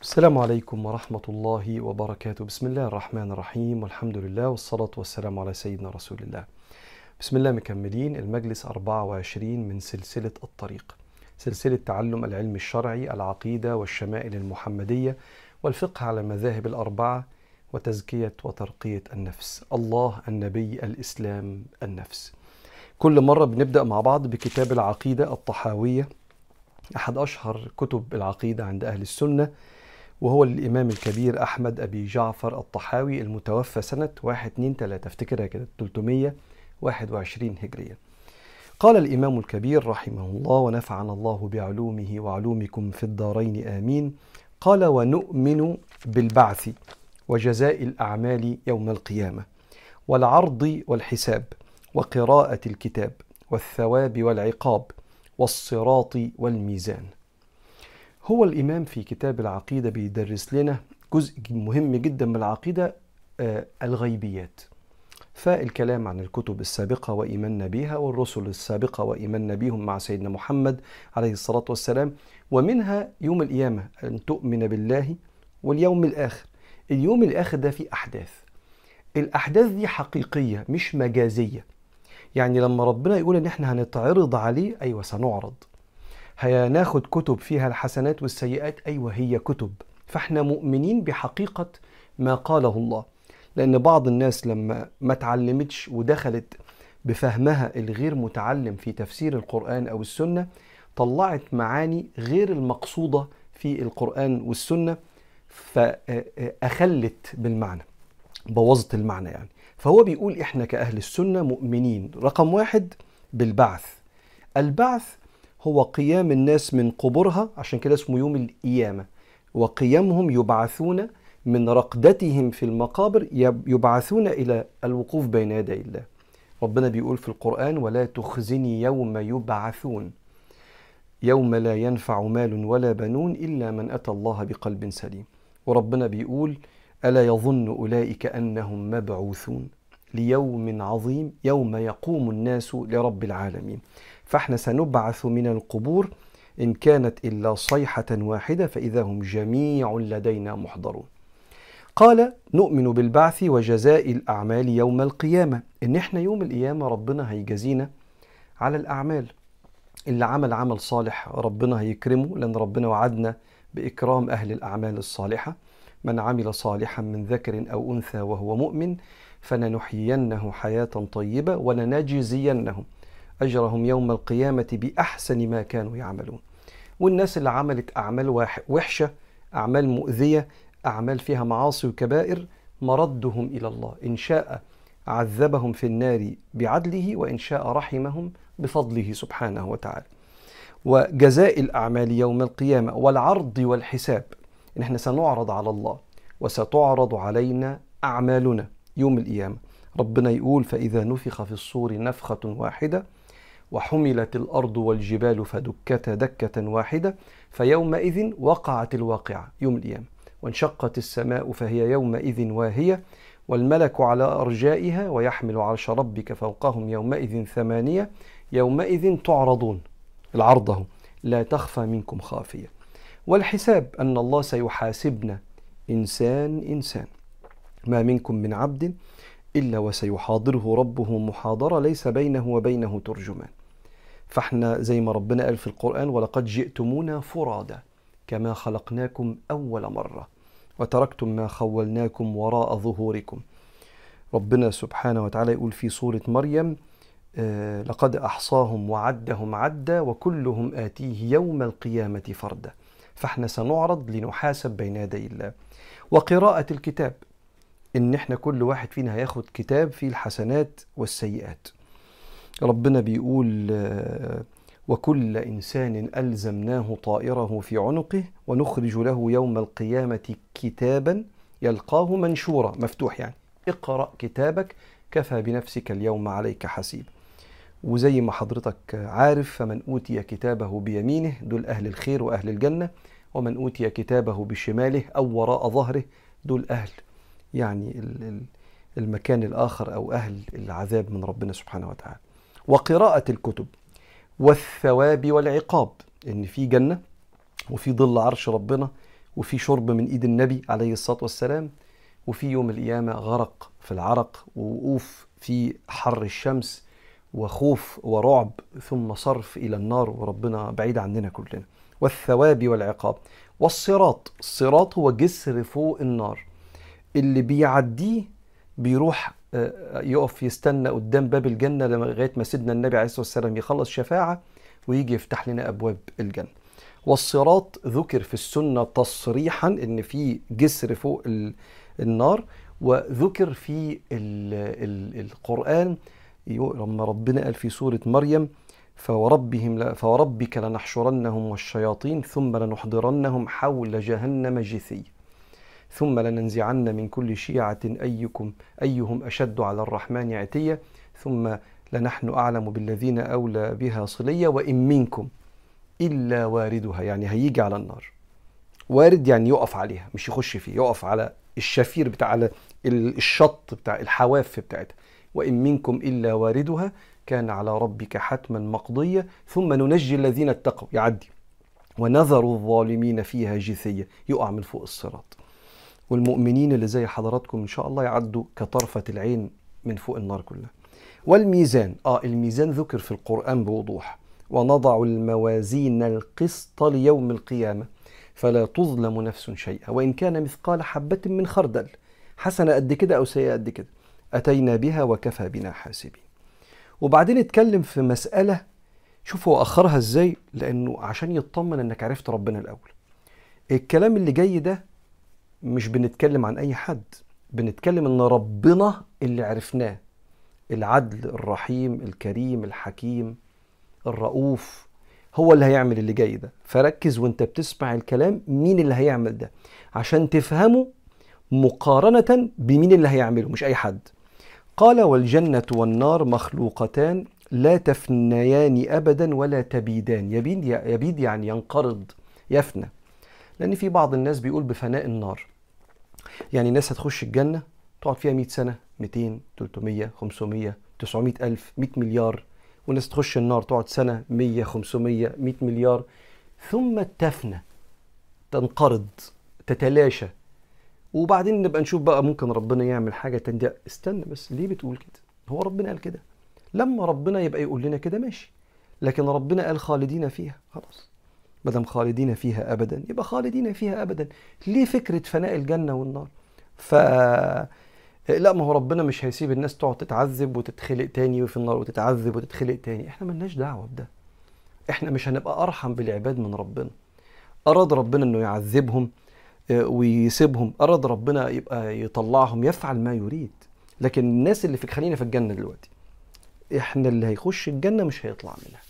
السلام عليكم ورحمة الله وبركاته. بسم الله الرحمن الرحيم، والحمد لله والصلاة والسلام على سيدنا رسول الله. بسم الله. مكملين المجلس 24 من سلسلة الطريق، سلسلة تعلم العلم الشرعي، العقيدة والشمائل المحمدية والفقه على المذاهب الأربعة وتزكية وترقية النفس. الله، النبي، الإسلام، النفس. كل مرة بنبدأ مع بعض بكتاب العقيدة الطحاوية، أحد أشهر كتب العقيدة عند أهل السنة، وهو الإمام الكبير أحمد أبي جعفر الطحاوي المتوفى سنة 123 افتكرها كده 321 هجرية. قال الإمام الكبير رحمه الله ونفعنا الله بعلومه وعلومكم في الدارين آمين. قال: ونؤمن بالبعث وجزاء الأعمال يوم القيامة والعرض والحساب وقراءة الكتاب والثواب والعقاب والصراط والميزان. هو الإمام في كتاب العقيدة بيدرس لنا جزء مهم جدا من العقيدة، الغيبيات. فالكلام عن الكتب السابقة وإيماننا بها، والرسل السابقة وإيماننا بهم مع سيدنا محمد عليه الصلاة والسلام، ومنها يوم القيامة أن تؤمن بالله واليوم الآخر. اليوم الآخر ده فيه أحداث، الأحداث دي حقيقية مش مجازية. يعني لما ربنا يقول إن احنا هنتعرض عليه، أيوة سنعرض. هناخد كتب فيها الحسنات والسيئات، أيوة هي كتب. فاحنا مؤمنين بحقيقة ما قاله الله، لأن بعض الناس لما ما تعلمتش ودخلت بفهمها الغير متعلم في تفسير القرآن أو السنة، طلعت معاني غير المقصودة في القرآن والسنة، فأخلت بالمعنى، بوظت المعنى يعني. فهو بيقول إحنا كأهل السنة مؤمنين رقم واحد بالبعث. البعث هو قيام الناس من قبورها، عشان كده اسمه يوم القيامة، وقيامهم يبعثون من رقدتهم في المقابر، يبعثون إلى الوقوف بين يدي الله. ربنا بيقول في القرآن: ولا تخزني يوم يبعثون يوم لا ينفع مال ولا بنون إلا من أتى الله بقلب سليم. وربنا بيقول: ألا يظن أولئك أنهم مبعوثون ليوم عظيم يوم يقوم الناس لرب العالمين. فاحنا سنبعث من القبور إن كانت إلا صيحة واحدة فإذا هم جميع لدينا محضرون. قال: نؤمن بالبعث وجزاء الأعمال يوم القيامة، إن احنا يوم القيامة ربنا هيجازينا على الأعمال. اللي عمل عمل صالح ربنا هيكرمه، لأن ربنا وعدنا بإكرام أهل الأعمال الصالحة. من عمل صالحا من ذكر أو أنثى وهو مؤمن فلنحيينه حياة طيبة ولنجزينهم أجرهم يوم القيامة بأحسن ما كانوا يعملون. والناس اللي عملت أعمال وحشة، أعمال مؤذية، أعمال فيها معاصي وكبائر، مردهم إلى الله، إن شاء عذبهم في النار بعدله وإن شاء رحمهم بفضله سبحانه وتعالى. وجزاء الأعمال يوم القيامة والعرض والحساب، إن احنا سنعرض على الله وستعرض علينا أعمالنا يوم القيامة. ربنا يقول: فإذا نفخ في الصور نفخة واحدة وحملت الأرض والجبال فدكتا دكة واحدة فيومئذ وقعت الواقعة يوم القيامة. وانشقت السماء فهي يومئذ واهية والملك على أرجائها ويحمل عرش ربك فوقهم يومئذ ثمانية يومئذ تعرضون، العرضه لا تخفى منكم خافية. والحساب أن الله سيحاسبنا إنسان إنسان، ما منكم من عبد إلا وسيحاضره ربه محاضرة ليس بينه وبينه ترجمان. فاحنا زي ما ربنا قال في القرآن: ولقد جئتمونا فرادا كما خلقناكم أول مرة وتركتم ما خولناكم وراء ظهوركم. ربنا سبحانه وتعالى يقول في سورة مريم: لقد أحصاهم وعدهم عدا وكلهم آتيه يوم القيامة فردا. فاحنا سنعرض لنحاسب بين يدي الله. وقراءة الكتاب، إن احنا كل واحد فينا هياخد كتاب فيه الحسنات والسيئات. ربنا بيقول: وكل إنسان ألزمناه طائره في عنقه ونخرج له يوم القيامة كتابا يلقاه منشورا، مفتوح يعني، اقرأ كتابك كفى بنفسك اليوم عليك حسيب. وزي ما حضرتك عارف: فمن أوتي كتابه بيمينه دول أهل الخير وأهل الجنة، ومن أوتي كتابه بشماله أو وراء ظهره دول أهل يعني المكان الآخر أو أهل العذاب من ربنا سبحانه وتعالى. وقراءة الكتب والثواب والعقاب، إن في جنة وفي ظل عرش ربنا وفي شرب من ايد النبي عليه الصلاة والسلام، وفي يوم القيامة غرق في العرق، ووقوف في حر الشمس، وخوف ورعب، ثم صرف إلى النار، وربنا بعيد عننا كلنا. والثواب والعقاب. والصراط، الصراط هو جسر فوق النار، اللي بيعديه بيروح يقف يستنى قدام باب الجنة لغاية ما سيدنا النبي عليه الصلاة والسلام يخلص شفاعة ويجي يفتح لنا أبواب الجنة. والصراط ذكر في السنة تصريحا إن في جسر فوق النار، وذكر في القرآن لما ربنا قال في سورة مريم: فوربك لنحشرنهم والشياطين ثم لنحضرنهم حول جهنم جثيا ثم لننزعن من كل شيعة أيهم أشد على الرحمن عتيا ثم لنحن أعلم بالذين أولى بها صليا وإن منكم إلا واردها. يعني هيجي على النار، وارد يعني يقف عليها مش يخش فيه، يقف على الشفير بتاع، على الشط بتاع الحواف بتاعتها. وإن منكم إلا واردها كان على ربك حتما مقضية ثم ننجي الذين اتقوا، يعدي، ونذر الظالمين فيها جثية، يقع من فوق الصراط. والمؤمنين اللي زي حضراتكم إن شاء الله يعدوا كطرفة العين من فوق النار كلها. والميزان، الميزان ذكر في القرآن بوضوح: ونضع الموازين القسط ليوم القيامة فلا تظلم نفس شيئا وإن كان مثقال حبة من خردل، حسنة قد كده أو سيئة قد كده، أتينا بها وكفى بنا حاسبين. وبعدين اتكلم في مسألة، شوف هو أخرها إزاي، لأنه عشان يطمن أنك عرفت ربنا الأول. الكلام اللي جاي ده مش بنتكلم عن أي حد، بنتكلم أن ربنا اللي عرفناه، العدل الرحيم الكريم الحكيم الرؤوف، هو اللي هيعمل اللي جاي ده. فركز وانت بتسمع الكلام مين اللي هيعمل ده عشان تفهمه مقارنة بمين اللي هيعمله، مش أي حد. قال: والجنة والنار مخلوقتان لا تفنيان أبدا ولا تبيدان. يبيد يعني ينقرض، يفنى. لأن في بعض الناس بيقول بفناء النار، يعني الناس هتخش الجنة تقعد فيها 100 سنة، 200 300 500 900 ألف 100 مليار، والناس تخش النار تقعد سنة 100 500 100 مليار، ثم تفنى، تنقرض، تتلاشى. وبعدين نبقى نشوف بقى ممكن ربنا يعمل حاجة تانية. استنى بس، ليه بتقول كده؟ هو ربنا قال كده؟ لما ربنا يبقى يقول لنا كده ماشي، لكن ربنا قال خالدين فيها، خلاص، مادام خالدين فيها أبدا يبقى خالدين فيها أبدا. ليه فكرة فناء الجنة والنار؟ لا، ما هو ربنا مش هيسيب الناس تقعد تتعذب وتتخلق تاني في النار وتتعذب وتتخلق تاني. احنا ملناش دعوة بده، احنا مش هنبقى أرحم بالعباد من ربنا. أراد ربنا انه يعذبهم ويسيبهم، أراد ربنا يبقى يطلعهم، يفعل ما يريد. لكن الناس اللي خلينا في الجنة دلوقتي، احنا اللي هيخش الجنة مش هيطلع منها،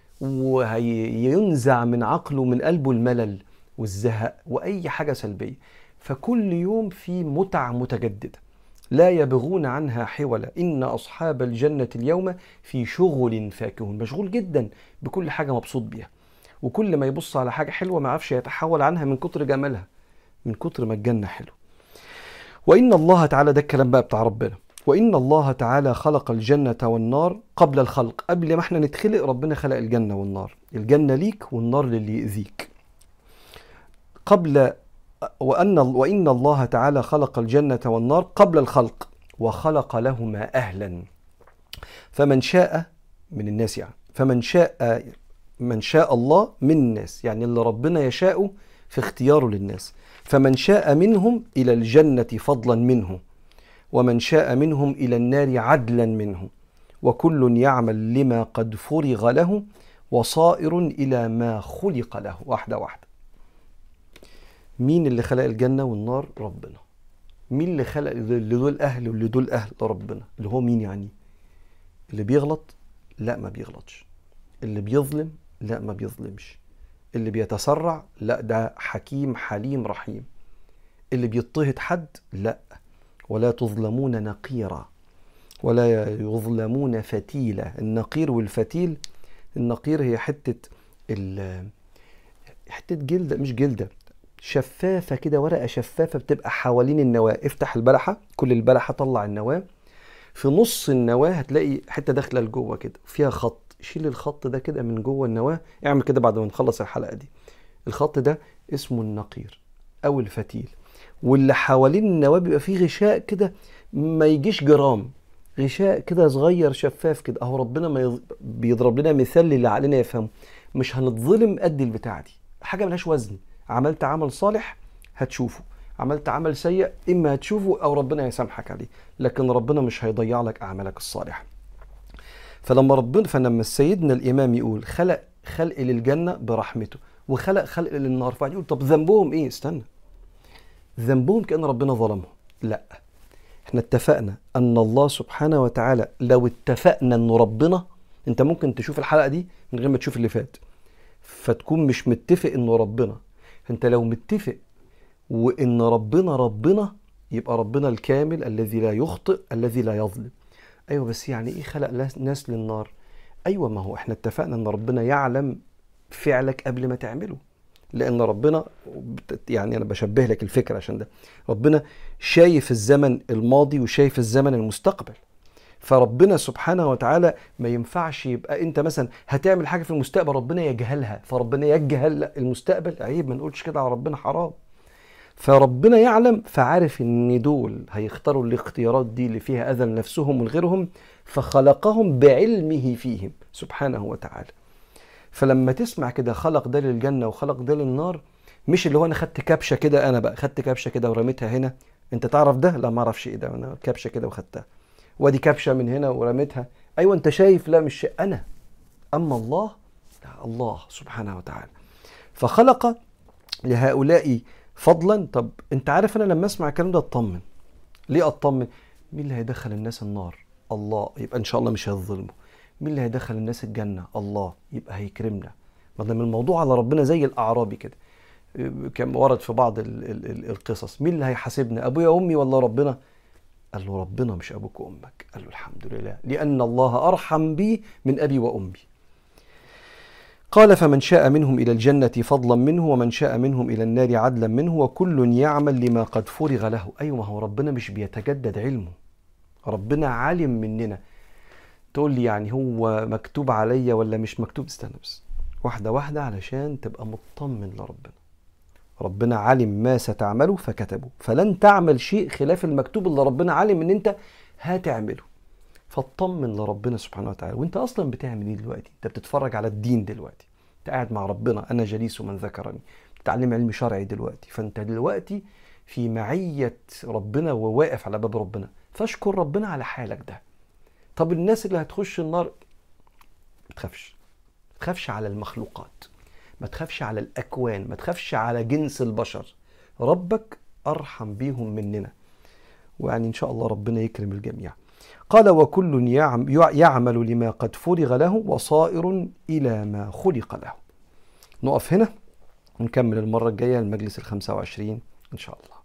وهينزع من عقله من قلبه الملل والزهق وأي حاجة سلبية. فكل يوم في متعة متجددة لا يبغون عنها حولا. إن أصحاب الجنة اليوم في شغل فاكهون، مشغول جدا بكل حاجة مبسوط بيها، وكل ما يبص على حاجة حلوة ما عرفش يتحول عنها من كتر جمالها، من كتر ما الجنة حلو. وإن الله تعالى، ده الكلام بقى بتاع ربنا، وإن الله تعالى خلق الجنة والنار قبل الخلق. قبل ما احنا نتخلق ربنا خلق الجنة والنار، الجنة ليك والنار للي يؤذيك. وإن الله تعالى خلق الجنة والنار قبل الخلق وخلق لهما أهلا. فمن شاء من الناس، يعني من شاء الله من الناس، يعني اللي ربنا يشاء في اختياره للناس. فمن شاء منهم إلى الجنة فضلا منه، ومن شاء منهم إلى النار عدلا منه، وكل يعمل لما قد فرغ له وصائر إلى ما خلق له. واحدة واحدة. مين اللي خلق الجنة والنار؟ ربنا. مين اللي خلق اللي دول أهل واللي دول أهل؟ ربنا. اللي هو مين يعني؟ اللي بيغلط؟ لا، ما بيغلطش. اللي بيظلم؟ لا، ما بيظلمش. اللي بيتسرع؟ لا، ده حكيم حليم رحيم. اللي بيضطهد حد؟ لا. ولا تظلمون نقيرا ولا يظلمون فتيلا. النقير والفتيل، النقير هي حتة جلدة، مش جلدة، شفافة كده، ورقة شفافة بتبقى حوالين النواة. افتح البلحة، كل البلحة طلع النواة، في نص النواة هتلاقي حتة داخلة لجوه كده فيها خط. شيل الخط ده كده من جوه النواة، اعمل كده بعد ما نخلص الحلقة دي. الخط ده اسمه النقير. أو الفتيل، واللي حوالين النواة بيبقى فيه غشاء كده ما يجيش جرام، غشاء كده صغير شفاف كده. اهو ربنا ما بيضرب لنا مثال اللي عقلنا يفهمه. مش هنتظلم قد البتاع دي، حاجه ملهاش وزن. عملت عمل صالح هتشوفه، عملت عمل سيء اما هتشوفه او ربنا يسامحك عليه، لكن ربنا مش هيضيع لك اعمالك الصالحه. فلما سيدنا الامام يقول خلق للجنه برحمته وخلق خلق للنار، فواحد يقول طب ذنبهم ايه؟ استنى، ذنبهم كأن ربنا ظلمهم؟ لا، احنا اتفقنا ان الله سبحانه وتعالى، لو اتفقنا انه ربنا، انت ممكن تشوف الحلقة دي من غير ما تشوف اللي فات فتكون مش متفق انه ربنا. انت لو متفق وان ربنا يبقى ربنا الكامل الذي لا يخطئ الذي لا يظلم. ايوه بس يعني ايه خلق ناس للنار؟ ايوه ما هو احنا اتفقنا ان ربنا يعلم فعلك قبل ما تعمله، لان ربنا، يعني انا بشبه لك الفكره عشان ده، ربنا شايف الزمن الماضي وشايف الزمن المستقبل. فربنا سبحانه وتعالى ما ينفعش يبقى انت مثلا هتعمل حاجه في المستقبل ربنا يجهلها، فربنا يجهل المستقبل، عيب، ما نقولش كده على ربنا، حرام. فربنا يعلم، فعارف ان دول هيختاروا الاختيارات دي اللي فيها اذى لنفسهم ولغيرهم، فخلقهم بعلمه فيهم سبحانه وتعالى. فلما تسمع كده خلق ده للجنة وخلق ده للنار، مش اللي هو انا خدت كبشة كده، انا بقى خدت كبشة كده ورميتها هنا، انت تعرف ده؟ لا ما اعرفش ايه ده، انا كبشة كده وخدتها، وادي كبشة من هنا ورميتها، ايوه انت شايف، لا مش انا، اما الله، لا الله سبحانه وتعالى. فخلق لهؤلاء فضلا. طب انت عارف انا لما اسمع الكلام ده اطمن. ليه اطمن؟ مين اللي هيدخل الناس النار؟ الله، يبقى ان شاء الله مش هيظلمه. مين اللي هيدخل الناس الجنة؟ الله، يبقى هيكرمنا. ما دام الموضوع على ربنا زي الأعرابي كده، كان ورد في بعض القصص، مين اللي هيحاسبنا، أبويا وأمي ولا ربنا؟ قال له ربنا مش أبوك وأمك. قال له الحمد لله، لأن الله أرحم بي من أبي وأمي. قال فمن شاء منهم إلى الجنة فضلا منه ومن شاء منهم إلى النار عدلا منه وكل يعمل لما قد فرغ له. أيوة، ما هو ربنا مش بيتجدد علمه، ربنا عالم مننا. تقول لي يعني هو مكتوب عليا ولا مش مكتوب؟ استنى بس، واحدة واحدة علشان تبقى مطمن لربنا. ربنا علم ما ستعمله فكتبه، فلن تعمل شيء خلاف المكتوب اللي ربنا علم ان انت هتعمله. فاطمن لربنا سبحانه وتعالى. وانت اصلا بتعمل ايه دلوقتي؟ انت بتتفرج على الدين دلوقتي، انت قاعد مع ربنا، انا جليس من ذكرني، بتتعلم علم شرعي دلوقتي، فانت دلوقتي في معية ربنا وواقف على باب ربنا، فاشكر ربنا على حالك ده. طب الناس اللي هتخش النار، ما تخافش على المخلوقات، ما تخافش على الأكوان، ما تخافش على جنس البشر، ربك أرحم بيهم مننا، ويعني إن شاء الله ربنا يكرم الجميع. قال وكل يعمل لما قد فرغ له وصائر إلى ما خلق له. نقف هنا ونكمل المرة الجاية المجلس 25 إن شاء الله.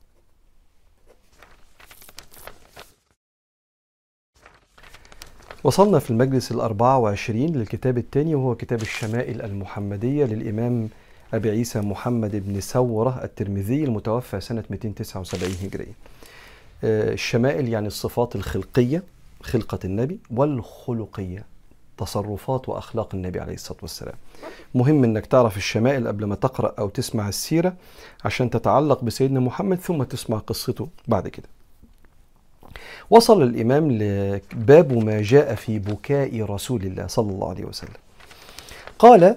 وصلنا في المجلس 24 للكتاب الثاني، وهو كتاب الشمائل المحمدية للإمام أبي عيسى محمد بن سورة الترمذي المتوفى سنة 279 هجرية. الشمائل يعني الصفات الخلقية، خلقة النبي، والخلقية تصرفات وأخلاق النبي عليه الصلاة والسلام. مهم أنك تعرف الشمائل قبل ما تقرأ أو تسمع السيرة عشان تتعلق بسيدنا محمد ثم تسمع قصته بعد كده. وصل الإمام لباب ما جاء في بكاء رسول الله صلى الله عليه وسلم. قال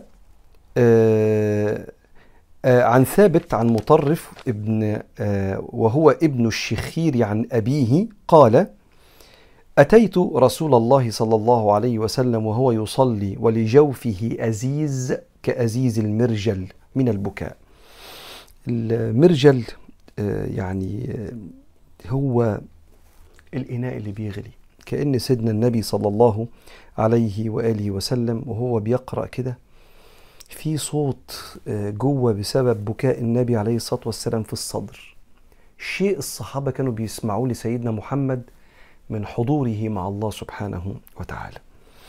عن ثابت عن مطرف ابن وهو ابن الشخير عن أبيه قال أتيت رسول الله صلى الله عليه وسلم وهو يصلي ولجوفه أزيز كأزيز المرجل من البكاء. المرجل يعني هو الإناء اللي بيغلي، كأن سيدنا النبي صلى الله عليه وآله وسلم وهو بيقرأ كده في صوت جوه بسبب بكاء النبي عليه الصلاة والسلام في الصدر، شيء الصحابة كانوا بيسمعوا لسيدنا محمد من حضوره مع الله سبحانه وتعالى.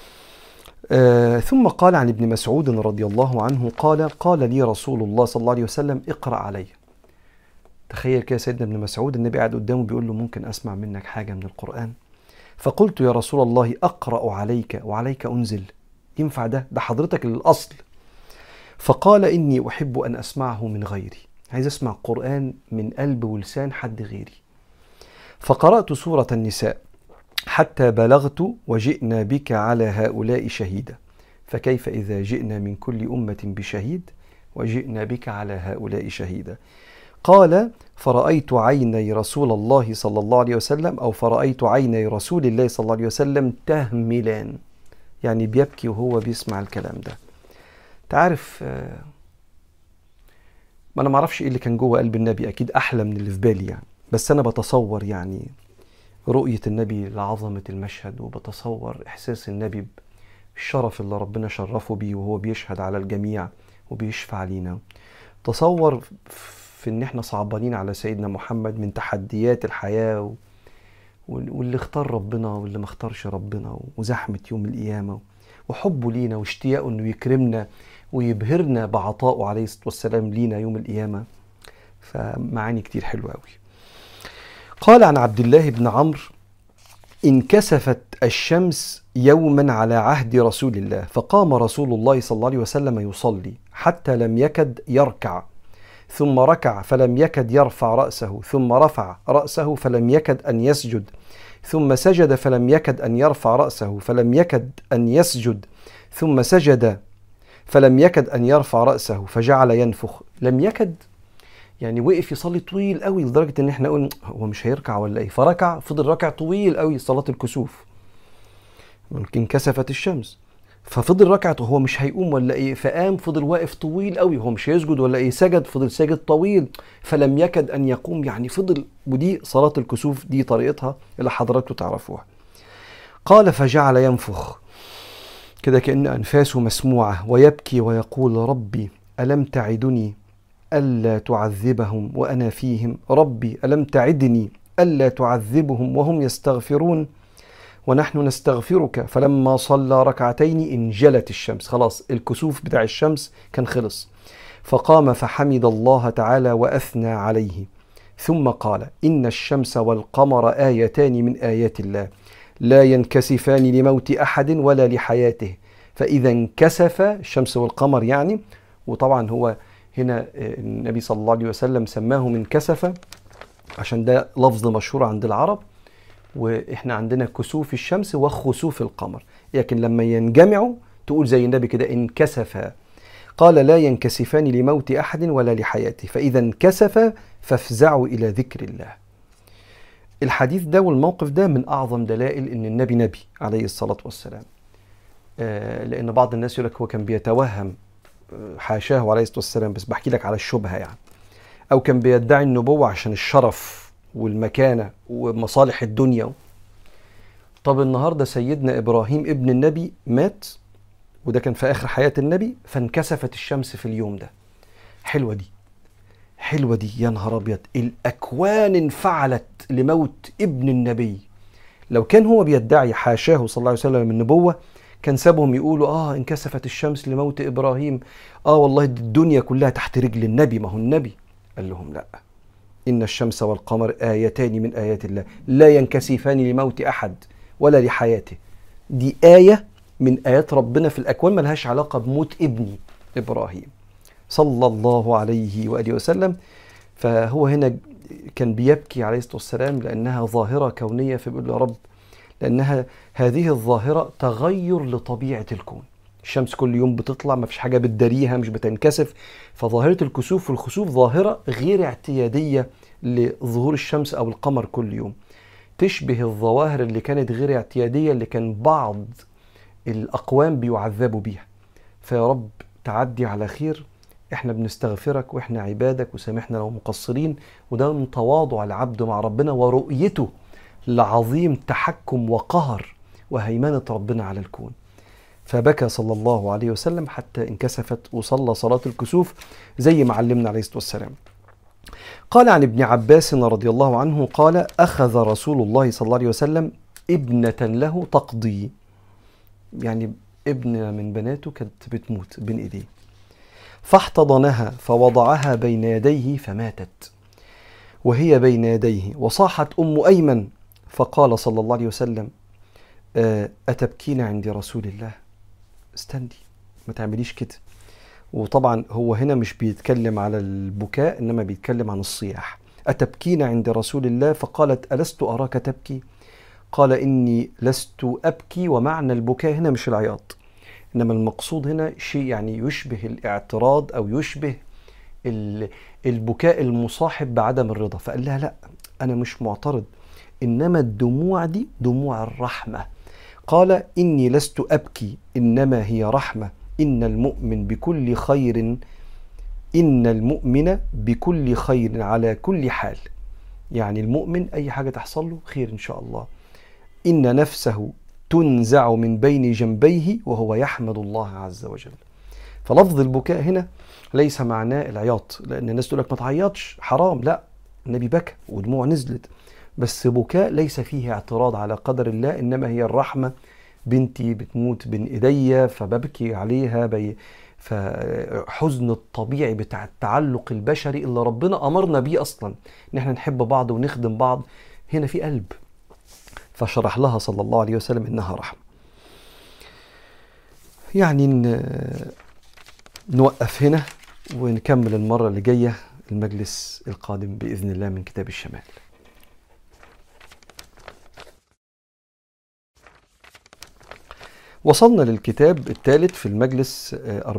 ثم قال عن ابن مسعود رضي الله عنه قال لي رسول الله صلى الله عليه وسلم اقرأ علي. تخيل كده سيدنا ابن مسعود النبي قاعد قدامه بيقول له ممكن أسمع منك حاجة من القرآن؟ فقلت يا رسول الله أقرأ عليك وعليك أنزل، ينفع ده حضرتك الأصل. فقال إني أحب أن أسمعه من غيري، عايز أسمع قرآن من قلب ولسان حد غيري. فقرأت سورة النساء حتى بلغت وجئنا بك على هؤلاء شهيدا فكيف إذا جئنا من كل أمة بشهيد وجئنا بك على هؤلاء شهيدا. قال فرأيت عيني رسول الله صلى الله عليه وسلم، أو فرأيت عيني رسول الله صلى الله عليه وسلم تهملان، يعني بيبكي وهو بيسمع الكلام ده. تعرف ما أنا معرفش إيه اللي كان جوه قلب النبي، أكيد أحلى من اللي في بالي يعني، بس أنا بتصور يعني رؤية النبي لعظمة المشهد، وبتصور إحساس النبي بالشرف اللي ربنا شرفه بيه وهو بيشهد على الجميع وبيشفع لينا. تصور في إن إحنا صعبانين على سيدنا محمد من تحديات الحياة واللي اختار ربنا واللي ما اختارش ربنا، وزحمة يوم القيامة، وحبه لينا واشتياقه إنه يكرمنا ويبهرنا بعطائه عليه الصلاة والسلام لينا يوم القيامة. فمعاني كتير حلوة أوي. قال عن عبد الله بن عمرو: انكسفت الشمس يوما على عهد رسول الله فقام رسول الله صلى الله عليه وسلم يصلي حتى لم يكد يركع، ثم ركع فلم يكد يرفع رأسه، ثم رفع رأسه فلم يكد أن يسجد، ثم سجد فلم يكد أن يرفع رأسه، فلم يكد أن يسجد، ثم سجد فلم يكد أن يرفع رأسه فجعل ينفخ. لم يكد يعني وقف يصلي طويل قوي لدرجة ان احنا قلنا هو مش هيركع ولا ايه، فركع، فضل ركع طويل قوي صلاة الكسوف، ممكن كسفت الشمس، ففضل ركعة هو مش هيقوم ولا ايه، فقام فضل واقف طويل قوي، هو مش هيسجد ولا ايه، سجد، فضل ساجد طويل، فلم يكد ان يقوم، يعني فضل. ودي صلاة الكسوف دي طريقتها اللي حضراتكم تعرفوها. قال فجعل ينفخ كده كأن أنفاسه مسموعة ويبكي ويقول: ربي ألم تعدني ألا تعذبهم وأنا فيهم، ربي ألم تعدني ألا تعذبهم وهم يستغفرون ونحن نستغفرك. فلما صلى ركعتين انجلت الشمس، خلاص الكسوف بتاع الشمس كان خلص. فقام فحمد الله تعالى وأثنى عليه، ثم قال: إن الشمس والقمر آيتان من آيات الله لا ينكسفان لموت أحد ولا لحياته، فإذا انكسف الشمس والقمر يعني، وطبعا هو هنا النبي صلى الله عليه وسلم سماه من كسف عشان ده لفظ مشهور عند العرب، وإحنا عندنا كسوف الشمس وخسوف القمر، لكن لما ينجمعوا تقول زي النبي كده انكسفا. قال: لا ينكسفان لموت أحد ولا لحياته، فإذا انكسف فافزعوا إلى ذكر الله. الحديث ده والموقف ده من أعظم دلائل إن النبي نبي عليه الصلاة والسلام، لأن بعض الناس يقول لك هو كان بيتوهم، حاشاه عليه الصلاة والسلام، بس بحكي لك على الشبهة يعني، أو كان بيدعي النبوة عشان الشرف والمكانة ومصالح الدنيا. طب النهاردة سيدنا إبراهيم ابن النبي مات، وده كان في آخر حياة النبي، فانكسفت الشمس في اليوم ده. حلوة دي، حلوة دي، يا نهار أبيض، الأكوان انفعلت لموت ابن النبي. لو كان هو بيدعي حاشاه صلى الله عليه وسلم النبوة كان سابهم يقولوا انكسفت الشمس لموت إبراهيم، والله الدنيا كلها تحت رجل النبي، ما هو النبي. قال لهم لا، إن الشمس والقمر آيتان من آيات الله لا ينكسفان لموت أحد ولا لحياته. دي آية من آيات ربنا في الأكوان، ملهاش علاقة بموت ابني إبراهيم صلى الله عليه وآله وسلم. فهو هنا كان بيبكي عليه الصلاة والسلام لأنها ظاهرة كونية، فبيقول يا رب، لأنها هذه الظاهرة تغير لطبيعة الكون. الشمس كل يوم بتطلع، ما فيش حاجة بتداريها، مش بتنكسف. فظاهرة الكسوف والخسوف ظاهرة غير اعتيادية لظهور الشمس أو القمر كل يوم، تشبه الظواهر اللي كانت غير اعتيادية اللي كان بعض الأقوام بيعذبوا بيها. فيا رب تعدي على خير، احنا بنستغفرك واحنا عبادك، وسامحنا لو مقصرين. وده من تواضع العبد مع ربنا ورؤيته لعظيم تحكم وقهر وهيمنة ربنا على الكون. فبكى صلى الله عليه وسلم حتى انكسفت، وصلى صلاة الكسوف زي ما علمنا عليه الصلاة والسلام. قال عن ابن عباس رضي الله عنه قال: أخذ رسول الله صلى الله عليه وسلم ابنة له تقضي، يعني ابنة من بناته كانت بتموت بين ايديه، فاحتضنها فوضعها بين يديه فماتت وهي بين يديه، وصاحت أم أيمن فقال صلى الله عليه وسلم: أتبكين عند رسول الله؟ استني، ما تعمليش كده. وطبعا هو هنا مش بيتكلم على البكاء إنما بيتكلم عن الصياح. أتبكين عند رسول الله؟ فقالت ألست أراك تبكي؟ قال إني لست أبكي. ومعنى البكاء هنا مش العياط، إنما المقصود هنا شيء يعني يشبه الاعتراض أو يشبه البكاء المصاحب بعدم الرضا. فقال لها لا، أنا مش معترض، إنما الدموع دي دموع الرحمة. قال إني لست أبكي إنما هي رحمة، إن المؤمن بكل خير، إن المؤمن بكل خير على كل حال. يعني المؤمن أي حاجة تحصل له خير إن شاء الله. إن نفسه تنزع من بين جنبيه وهو يحمد الله عز وجل. فلفظ البكاء هنا ليس معناه العياط، لأن الناس تقول لك ما تعيطش حرام، لا، النبي بكى ودموع نزلت، بس بكاء ليس فيه اعتراض على قدر الله، إنما هي الرحمة. بنتي بتموت بين إيديا فببكي عليها، فحزن الطبيعي بتاع التعلق البشري اللي ربنا أمرنا بيه أصلا، إن احنا نحب بعض ونخدم بعض، هنا في قلب. فشرح لها صلى الله عليه وسلم إنها رحمة. يعني نوقف هنا ونكمل المرة اللي جاية المجلس القادم بإذن الله من كتاب الشمال. وصلنا للكتاب الثالث في المجلس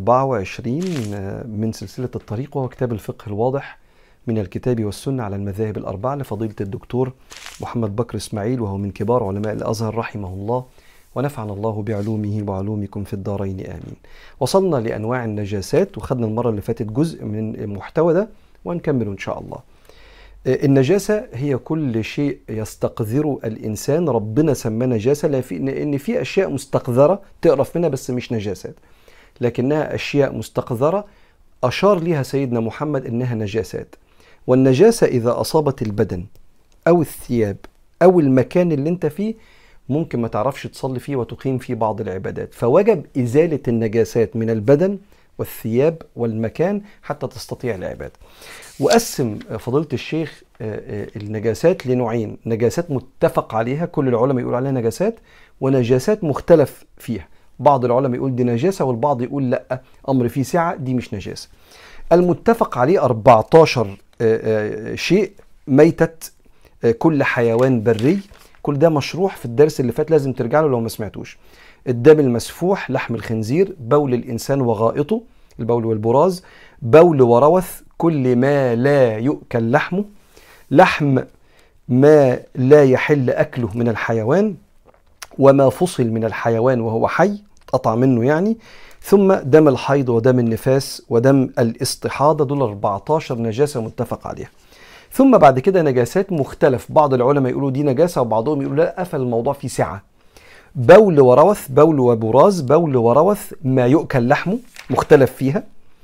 24 من سلسلة الطريق، وهو كتاب الفقه الواضح من الكتاب والسنة على المذاهب الأربعة لفضيلة الدكتور محمد بكر إسماعيل، وهو من كبار علماء الأزهر رحمه الله، ونفعنا الله بعلومه وعلومكم في الدارين آمين. وصلنا لأنواع النجاسات، وخدنا المرة اللي فاتت جزء من المحتوى ده ونكمله إن شاء الله. النجاسة هي كل شيء يستقذره الإنسان، ربنا سماه نجاسة لأن في أشياء مستقذرة تقرف منها بس مش نجاسات، لكنها أشياء مستقذرة أشار لها سيدنا محمد إنها نجاسات. والنجاسة إذا أصابت البدن أو الثياب أو المكان اللي انت فيه ممكن ما تعرفش تصلي فيه وتقيم فيه بعض العبادات، فوجب إزالة النجاسات من البدن والثياب والمكان حتى تستطيع العبادة. وقسم فضيلة الشيخ النجاسات لنوعين: نجاسات متفق عليها كل العلماء يقول عليها نجاسات، ونجاسات مختلف فيها، بعض العلماء يقول دي نجاسة والبعض يقول لا، أمر فيه سعة، دي مش نجاسة. المتفق عليه 14 شيء: ميتة كل حيوان بري، كل ده مشروح في الدرس اللي فات، لازم ترجع له لو ما سمعتوش. الدم المسفوح، لحم الخنزير، بول الإنسان وغائطه، البول والبراز، بول وروث كل ما لا يؤكل لحمه، لحم ما لا يحل أكله من الحيوان، وما فصل من الحيوان وهو حي قطع منه يعني، ثم دم الحيض ودم النفاس ودم الاستحاضة. دول 14 نجاسة متفق عليها. ثم بعد كده نجاسات مختلف، بعض العلماء يقولوا دي نجاسة وبعضهم يقولوا لا، قفل الموضوع فيه سعة. بول وروث، بول وبراز، بول وروث ما يؤكل لحمه مختلف فيها.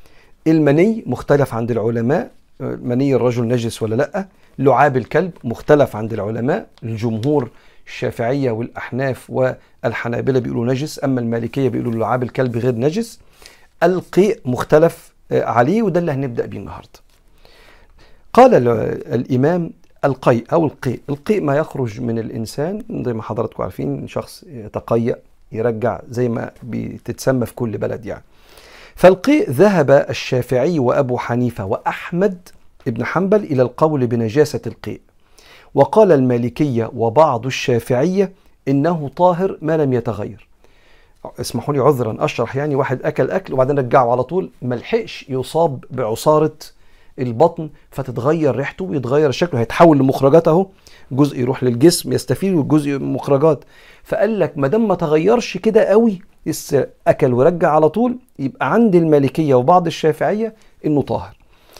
المني مختلف عند العلماء، مني الرجل نجس ولا لا. لعاب الكلب مختلف عند العلماء، الجمهور الشافعية والأحناف والحنابلة بيقولوا نجس، أما المالكية بيقولوا لعاب الكلب غير نجس. القيء مختلف عليه، وده اللي هنبدأ بيه النهاردة. قال الإمام: القيء أو القيء، القيء ما يخرج من الإنسان زي ما حضراتكم عارفين، شخص يتقيأ يرجع زي ما بتتسمى في كل بلد يعني. فالقيء ذهب الشافعي وأبو حنيفة وأحمد ابن حنبل إلى القول بنجاسة القيء، وقال المالكية وبعض الشافعية إنه طاهر ما لم يتغير. اسمحوا لي عذرا أشرح، يعني واحد أكل وبعدين رجعه على طول، ملحقش يصاب بعصارة البطن فتتغير ريحته ويتغير شكله، هيتحول لمخرجات اهو، جزء يروح للجسم يستفيد والجزء مخرجات. فقال لك ما دام ما تغيرش كده قوي، لسه اكل ورجع على طول، يبقى عند المالكيه وبعض الشافعيه انه طاهر.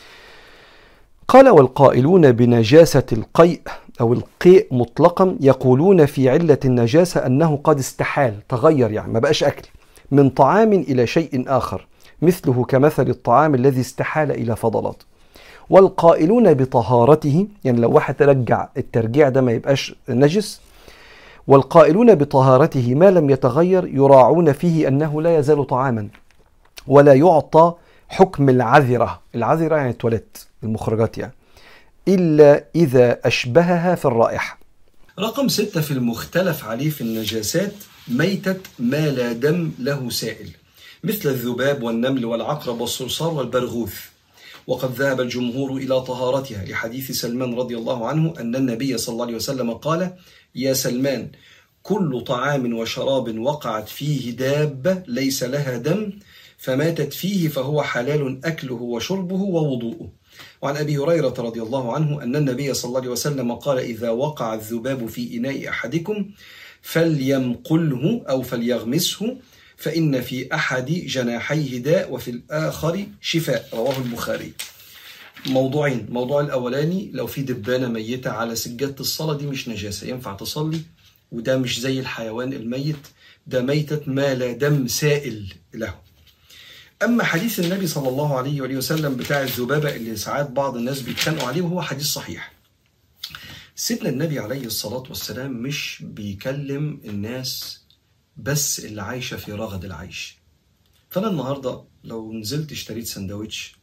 قال: والقائلون بنجاسه القيء او القيء مطلقا يقولون في عله النجاسه انه قد استحال، تغير يعني ما بقاش اكل، من طعام الى شيء اخر، مثله كمثل الطعام الذي استحال الى فضلات. والقائلون بطهارته، يعني لو واحد رجع الترجيع ده ما يبقاش نجس. والقائلون بطهارته ما لم يتغير يراعون فيه أنه لا يزال طعاما ولا يعطى حكم العذرة، العذرة يعني التواليت المخرجات يعني، إلا إذا أشبهها في الرائحة. رقم 6 في المختلف عليه في النجاسات: ميتة ما لا دم له سائل. مثل الذباب والنمل والعقرب والصرصار والبرغوث. وقد ذهب الجمهور إلى طهارتها لحديث سلمان رضي الله عنه أن النبي صلى الله عليه وسلم قال: يا سلمان، كل طعام وشراب وقعت فيه دابة ليس لها دم فماتت فيه فهو حلال أكله وشربه ووضوءه. وعن أبي هريرة رضي الله عنه أن النبي صلى الله عليه وسلم قال: إذا وقع الذباب في إناء أحدكم فليمقله أو فليغمسه فإن في أحد جناحيه داء وفي الآخر شفاء. رواه البخاري. موضوعين: موضوع الأولاني، لو في دبانة ميتة على سجادة الصلاة دي مش نجاسة، ينفع تصلي، وده مش زي الحيوان الميت، ده ميتة ما لا دم سائل له. أما حديث النبي صلى الله عليه وسلم بتاع الذبابة اللي ساعات بعض الناس بيتخانقوا عليه وهو حديث صحيح، سيدنا النبي عليه الصلاة والسلام مش بيكلم الناس بس اللي عايشة في رغد العيش. فأنا النهاردة لو نزلت اشتريت سندوتش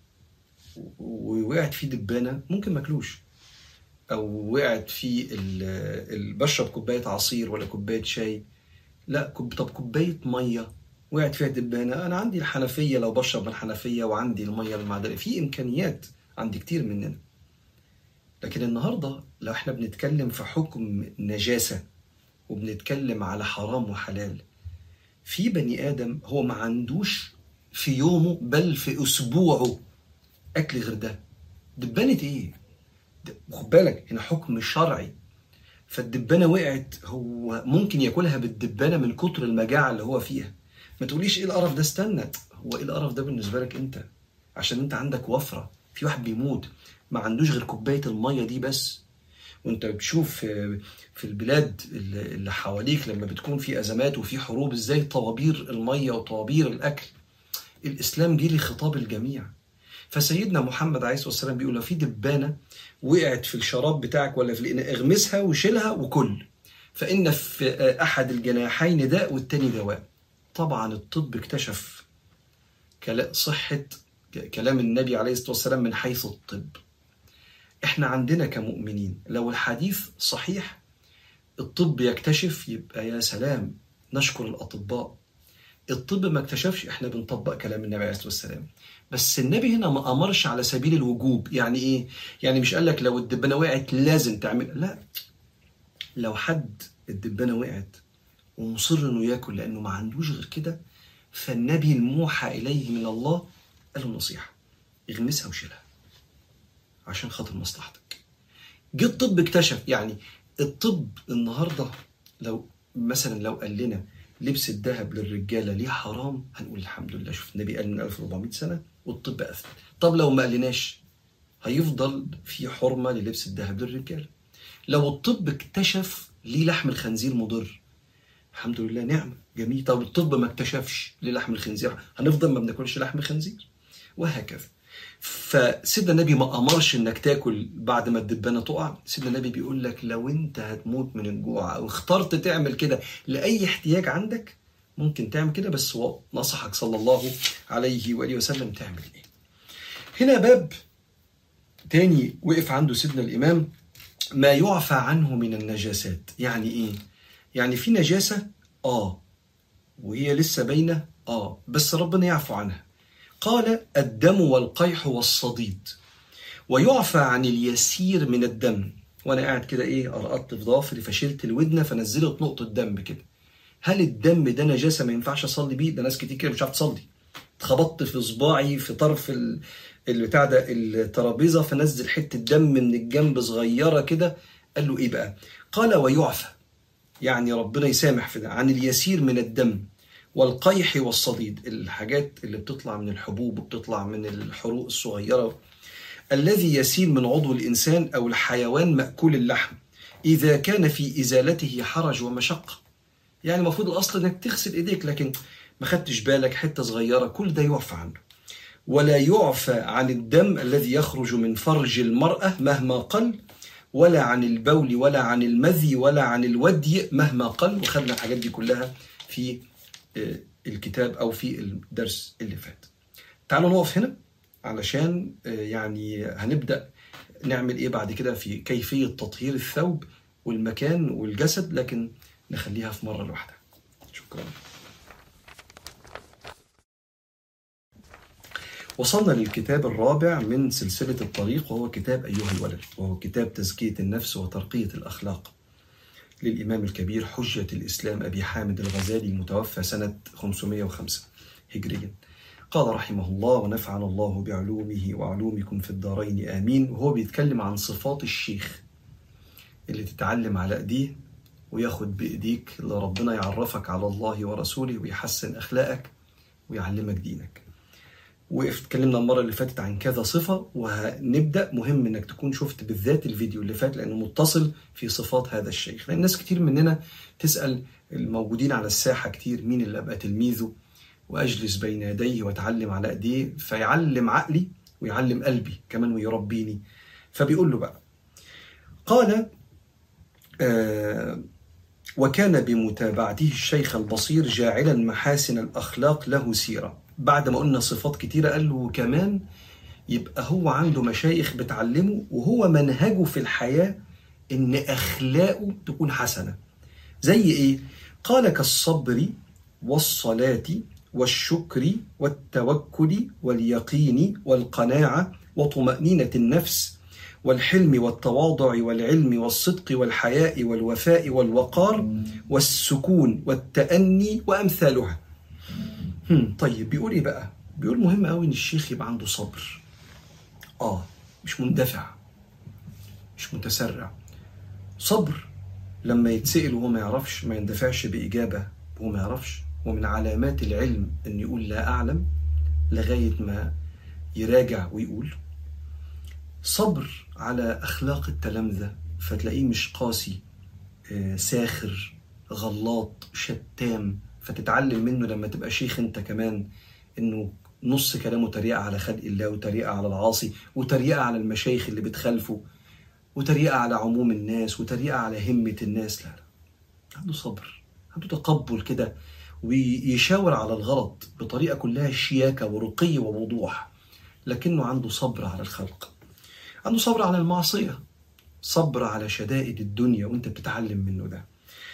ووقعت فيه دبانة ممكن ماكلوش، أو وقعت فيه بشرب كوباية عصير ولا كوباية شاي، لا طب كوباية مية وقعت فيها دبانة، أنا عندي الحنفية لو بشرب من الحنفية وعندي المية المعدنية، في إمكانيات عند كتير مننا. لكن النهاردة لو احنا بنتكلم في حكم نجاسة وبنتكلم على حرام وحلال، في بني آدم هو ما عندوش في يومه بل في أسبوعه أكل غير ده. دبانة إيه؟ خد بالك هنا حكم شرعي. فالدبانة وقعت، هو ممكن ياكلها بالدبانة من كتر المجاعة اللي هو فيها. ما تقوليش إيه القرف ده، استنى، هو إيه القرف ده بالنسبة لك أنت؟ عشان أنت عندك وفرة. في واحد بيموت ما عندوش غير كوباية المية دي بس. وانت بتشوف في البلاد اللي حواليك لما بتكون في أزمات وفي حروب ازاي طوابير المية وطوابير الأكل. الإسلام جه لخطاب الجميع. فسيدنا محمد عليه الصلاة والسلام بيقول لو في دبانة وقعت في الشراب بتاعك ولا في الإناء اغمسها وشيلها وكل، فإن في أحد الجناحين داء والتاني دواء. طبعا الطب اكتشف صحة كلام النبي عليه الصلاة والسلام من حيث الطب. احنا عندنا كمؤمنين لو الحديث صحيح الطب يكتشف، يبقى يا سلام، نشكر الأطباء. الطب ما اكتشفش، احنا بنطبق كلام النبي عليه الصلاة والسلام. بس النبي هنا ما أمرش على سبيل الوجوب. يعني ايه؟ يعني مش قال لك لو الدبانة وقعت لازم تعمل، لا، لو حد الدبانة وقعت ومصر انه ياكل لانه ما عندوش غير كده، فالنبي الموحى اليه من الله قال له نصيحة: اغمسها وشيلها عشان خاطر مصلحتك. جه الطب اكتشف. يعني الطب النهارده لو مثلا لو قال لنا لبس الذهب للرجاله ليه حرام، هنقول الحمد لله، شوف النبي قال من 1400 سنه والطب اثبت. طب لو ما قالناش هيفضل في حرمه للبس الذهب للرجاله. لو الطب اكتشف ليه لحم الخنزير مضر، الحمد لله، نعمه جميل. طب الطب ما اكتشفش ليه لحم الخنزير، هنفضل ما بناكلش لحم الخنزير، وهكذا. فسيدنا النبي ما امرش انك تاكل بعد ما الدبانه تقع. سيدنا النبي بيقول لك لو انت هتموت من الجوع او اخترت تعمل كده لاي احتياج عندك ممكن تعمل كده، بس هو نصحك صلى الله عليه واله وسلم تعمل ايه. هنا باب تاني وقف عنده سيدنا الامام: ما يعفى عنه من النجاسات. يعني ايه؟ يعني في نجاسه وهي لسه باينه بس ربنا يعفو عنها. قال: الدم والقيح والصديد. ويعفى عن اليسير من الدم. وانا قاعد كده ارقدت في ضافري فشلت الودنه فنزلت نقطه دم كده، هل الدم ده نجاسه ما ينفعش اصلي بيه؟ ده ناس كتير كده مش عارف تصلي. اتخبطت في صباعي في طرف البتاع ده الترابيزه فنزل حته دم من الجنب صغيره كده. قال له ايه بقى؟ قال: ويعفى، يعني ربنا يسامح في ده، عن اليسير من الدم والقيح والصديد، الحاجات اللي بتطلع من الحبوب وبتطلع من الحروق الصغيرة، الذي يسيل من عضو الإنسان أو الحيوان مأكول اللحم إذا كان في إزالته حرج ومشقة. يعني المفروض الأصل أنك تغسل إيديك، لكن ما خدتش بالك حتة صغيرة، كل ده يعفى عنه. ولا يعفى عن الدم الذي يخرج من فرج المرأة مهما قل، ولا عن البول ولا عن المذي ولا عن الودي مهما قل. وخدنا الحاجات دي كلها في الكتاب أو في الدرس اللي فات. تعالوا نقف هنا علشان يعني هنبدأ نعمل إيه بعد كده في كيفية تطهير الثوب والمكان والجسد، لكن نخليها في مرة لوحدها. شكرا. وصلنا للكتاب الرابع من سلسلة الطريق، وهو كتاب أيها الولد، وهو كتاب تزكية النفس وترقية الأخلاق للإمام الكبير حجة الإسلام أبي حامد الغزالي المتوفى سنة 505 هجريا. قال رحمه الله ونفعنا الله بعلومه وعلومكم في الدارين آمين. وهو بيتكلم عن صفات الشيخ اللي تتعلم على أيديه وياخد بإيديك اللي ربنا يعرفك على الله ورسوله ويحسن أخلاقك ويعلمك دينك. واتكلمنا المرة اللي فاتت عن كذا صفة، وهنبدأ. مهم انك تكون شفت بالذات الفيديو اللي فات لانه متصل في صفات هذا الشيخ، لان الناس كتير مننا تسأل الموجودين على الساحة كتير مين اللي ابقى تلميذه واجلس بين يديه واتعلم على ايديه فيعلم عقلي ويعلم قلبي كمان ويربيني. فبيقول له بقى، قال وكان بمتابعته الشيخ البصير جاعلا محاسن الأخلاق له سيرة. بعد ما قلنا صفات كتيرة قال له كمان يبقى هو عنده مشايخ بتعلمه وهو منهجه في الحياة إن أخلاقه تكون حسنة. زي إيه؟ قال كالصبر والصلاة والشكر والتوكل واليقين والقناعة وطمأنينة النفس والحلم والتواضع والعلم والصدق والحياء والوفاء والوقار والسكون والتأني وأمثالها. طيب بيقول إيه بقى؟ بيقول مهم قوي إن الشيخ يبقى عنده صبر. مش مندفع، مش متسرع. صبر لما يتسأل وهو ما يعرفش ما يندفعش بإجابة وهو ما يعرفش، ومن علامات العلم إن يقول لا أعلم لغاية ما يراجع ويقول. صبر على أخلاق التلامذة، فتلاقيه مش قاسي، ساخر، غلاط، شتام، فتتعلم منه لما تبقى شيخ انت كمان انه نص كلامه تريقة على خلق الله وتريقة على العاصي وتريقة على المشايخ اللي بتخالفه وتريقة على عموم الناس وتريقة على همة الناس. لا، عنده صبر، عنده تقبل كده، ويشاور على الغلط بطريقة كلها شياكة ورقي ووضوح، لكنه عنده صبر على الخلق، عنده صبر على المعصية، صبر على شدائد الدنيا وانت بتتعلم منه ده.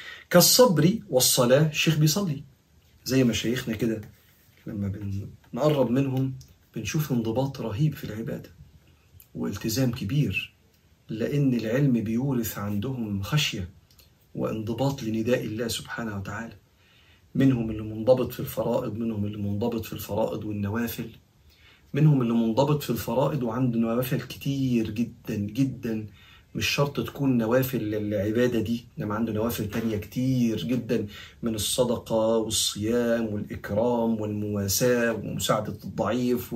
كالصبر والصلاة، الشيخ بيصلي زي ما شيخنا كده لما بنقرب منهم بنشوف انضباط رهيب في العبادة والتزام كبير، لأن العلم بيورث عندهم خشية وانضباط لنداء الله سبحانه وتعالى. منهم اللي منضبط في الفرائض، منهم اللي منضبط في الفرائض والنوافل، منهم اللي منضبط في الفرائض وعنده نوافل كتير جدا جدا، مش شرط تكون نوافل للعبادة دي، إنما عنده نوافل تانية كتير جدا من الصدقة والصيام والإكرام والمواساة ومساعدة الضعيف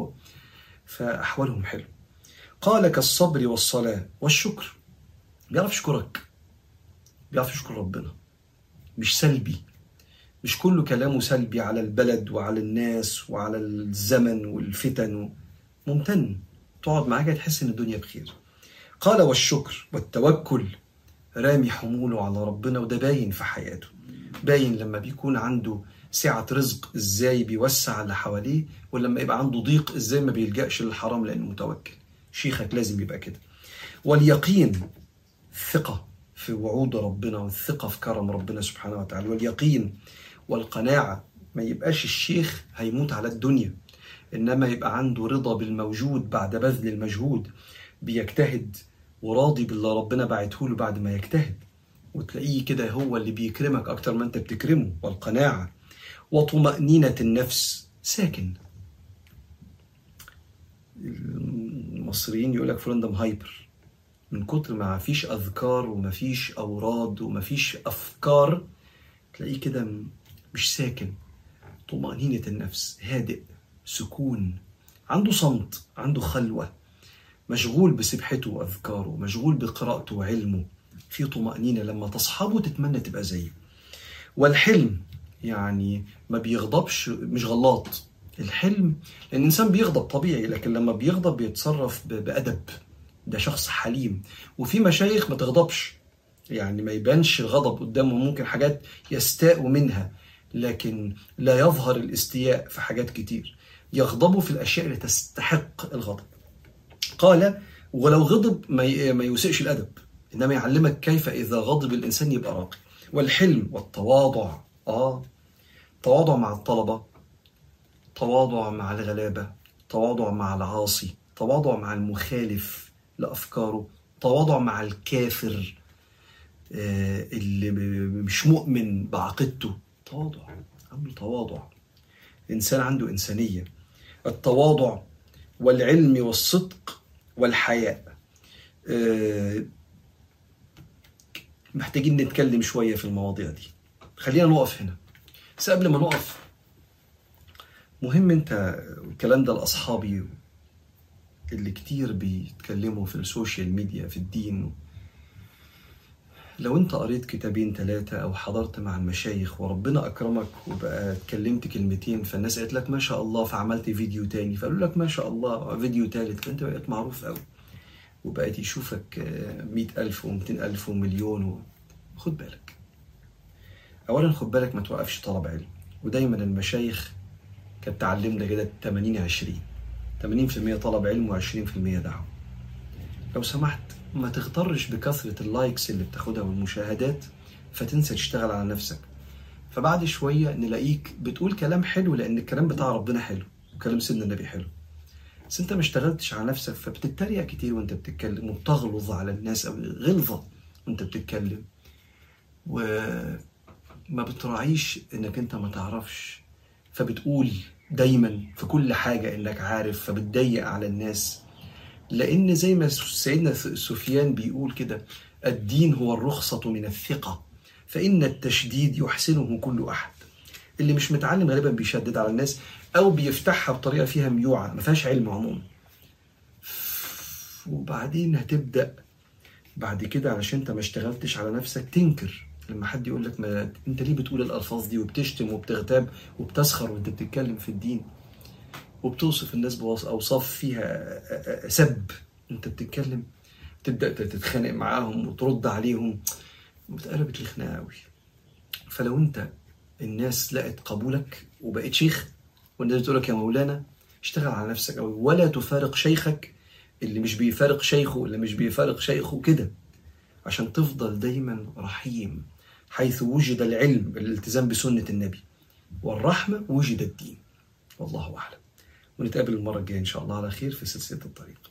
فأحوالهم حلو. قال كالصبر والصلاة والشكر، بيعرف يشكرك، بيعرف يشكر ربنا، مش سلبي، مش كله كلامه سلبي على البلد وعلى الناس وعلى الزمن والفتن، ممتن، تقعد معاك تحس ان الدنيا بخير. قال والشكر والتوكل، رامي حموله على ربنا، وده باين في حياته، باين لما بيكون عنده سعة رزق ازاي بيوسع اللي حواليه، ولما يبقى عنده ضيق ازاي ما بيلجأش للحرام لانه متوكل. شيخك لازم يبقى كده. واليقين، الثقة في وعود ربنا والثقة في كرم ربنا سبحانه وتعالى. واليقين والقناعة، ما يبقاش الشيخ هيموت على الدنيا، إنما يبقى عنده رضا بالموجود بعد بذل المجهود، بيجتهد وراضي بالله ربنا بعته له بعد ما يجتهد، وتلاقيه كده هو اللي بيكرمك أكتر ما أنت بتكرمه. والقناعة وطمأنينة النفس، ساكن. المصريين يقول لك فلان ده مهايبر، من كتر ما فيش أذكار وما فيش أوراد وما فيش أفكار تلاقيه كده مش ساكن. طمأنينة النفس، هادئ، سكون، عنده صمت، عنده خلوة، مشغول بسبحته وأذكاره، مشغول بقراءته وعلمه، في طمأنينة، لما تصحبه تتمنى تبقى زيه. والحلم، يعني ما بيغضبش، مش غلاط. الحلم، لأن الإنسان بيغضب طبيعي، لكن لما بيغضب بيتصرف بأدب، ده شخص حليم. وفي مشايخ ما تغضبش، يعني ما يبانش الغضب قدامه، ممكن حاجات يستاء منها لكن لا يظهر الاستياء في حاجات كتير، يغضبوا في الأشياء اللي تستحق الغضب. قال ولو غضب ما يسيئش الأدب، إنما يعلمك كيف إذا غضب الإنسان يبقى راقي. والحلم والتواضع، تواضع مع الطلبة، تواضع مع الغلابة، تواضع مع العاصي، تواضع مع المخالف لأفكاره، تواضع مع الكافر اللي مش مؤمن بعقيدته. تواضع، عنده تواضع، إنسان عنده إنسانية. التواضع والعلم والصدق والحياء. محتاجين نتكلم شوية في المواضيع دي. خلينا نقف هنا، بس قبل ما نقف مهم انت، الكلام ده لأصحابي اللي كتير بيتكلموا في السوشيال ميديا في الدين، لو انت قريت كتابين 3 او حضرت مع المشايخ وربنا اكرمك وبقى اتكلمت كلمتين فالناس قالت لك ما شاء الله، فعملت فيديو تاني فقالوا لك ما شاء الله، فيديو تالت، فانت بقيت معروف قوي وبقيت يشوفك 100,000 و200,000 ومليون. خد بالك، اولا خد بالك ما توقفش طلب علم. ودايما المشايخ كانت تعلمنا كده 80-20، 80% طلب علم و20% دعوة. لو سمحت ما تغترش بكثرة اللايكس اللي بتاخدها والمشاهدات فتنسى تشتغل على نفسك، فبعد شوية نلاقيك بتقول كلام حلو لأن الكلام بتاع ربنا حلو وكلام سيدنا النبي حلو، بس انت ما اشتغلتش على نفسك فبتتريق كتير وانت بتتكلم وبتغلظ على الناس او غلظة وانت بتتكلم، وما بتراعيش انك انت ما تعرفش، فبتقول دايما في كل حاجة انك عارف فبتضيق على الناس. لان زي ما سيدنا سفيان بيقول كده، الدين هو الرخصة من الثقة فإن التشديد يحسنه كل أحد. اللي مش متعلم غالبا بيشدد على الناس أو بيفتحها بطريقة فيها ميوعة ما فيهاش علم عموما. وبعدين هتبدأ بعد كده علشان انت ما اشتغلتش على نفسك تنكر لما حد يقول لك ما انت ليه بتقول الألفاظ دي وبتشتم وبتغتاب وبتسخر وانت بتتكلم في الدين وبتوصف الناس بأوصاف فيها سب انت بتتكلم، تبدأ تتخانق معاهم وترد عليهم وبتقلبت الخناقة قوي. فلو انت الناس لقت قبولك وبقيت شيخ والناس بتقول لك يا مولانا، اشتغل على نفسك قوي ولا تفارق شيخك اللي مش بيفارق شيخه اللي مش بيفارق شيخه كده، عشان تفضل دايما رحيم. حيث وجد العلم الالتزام بسنة النبي والرحمة وجد الدين. والله أعلم. ونتقابل المرة الجاية إن شاء الله على خير في سلسلة الطريق.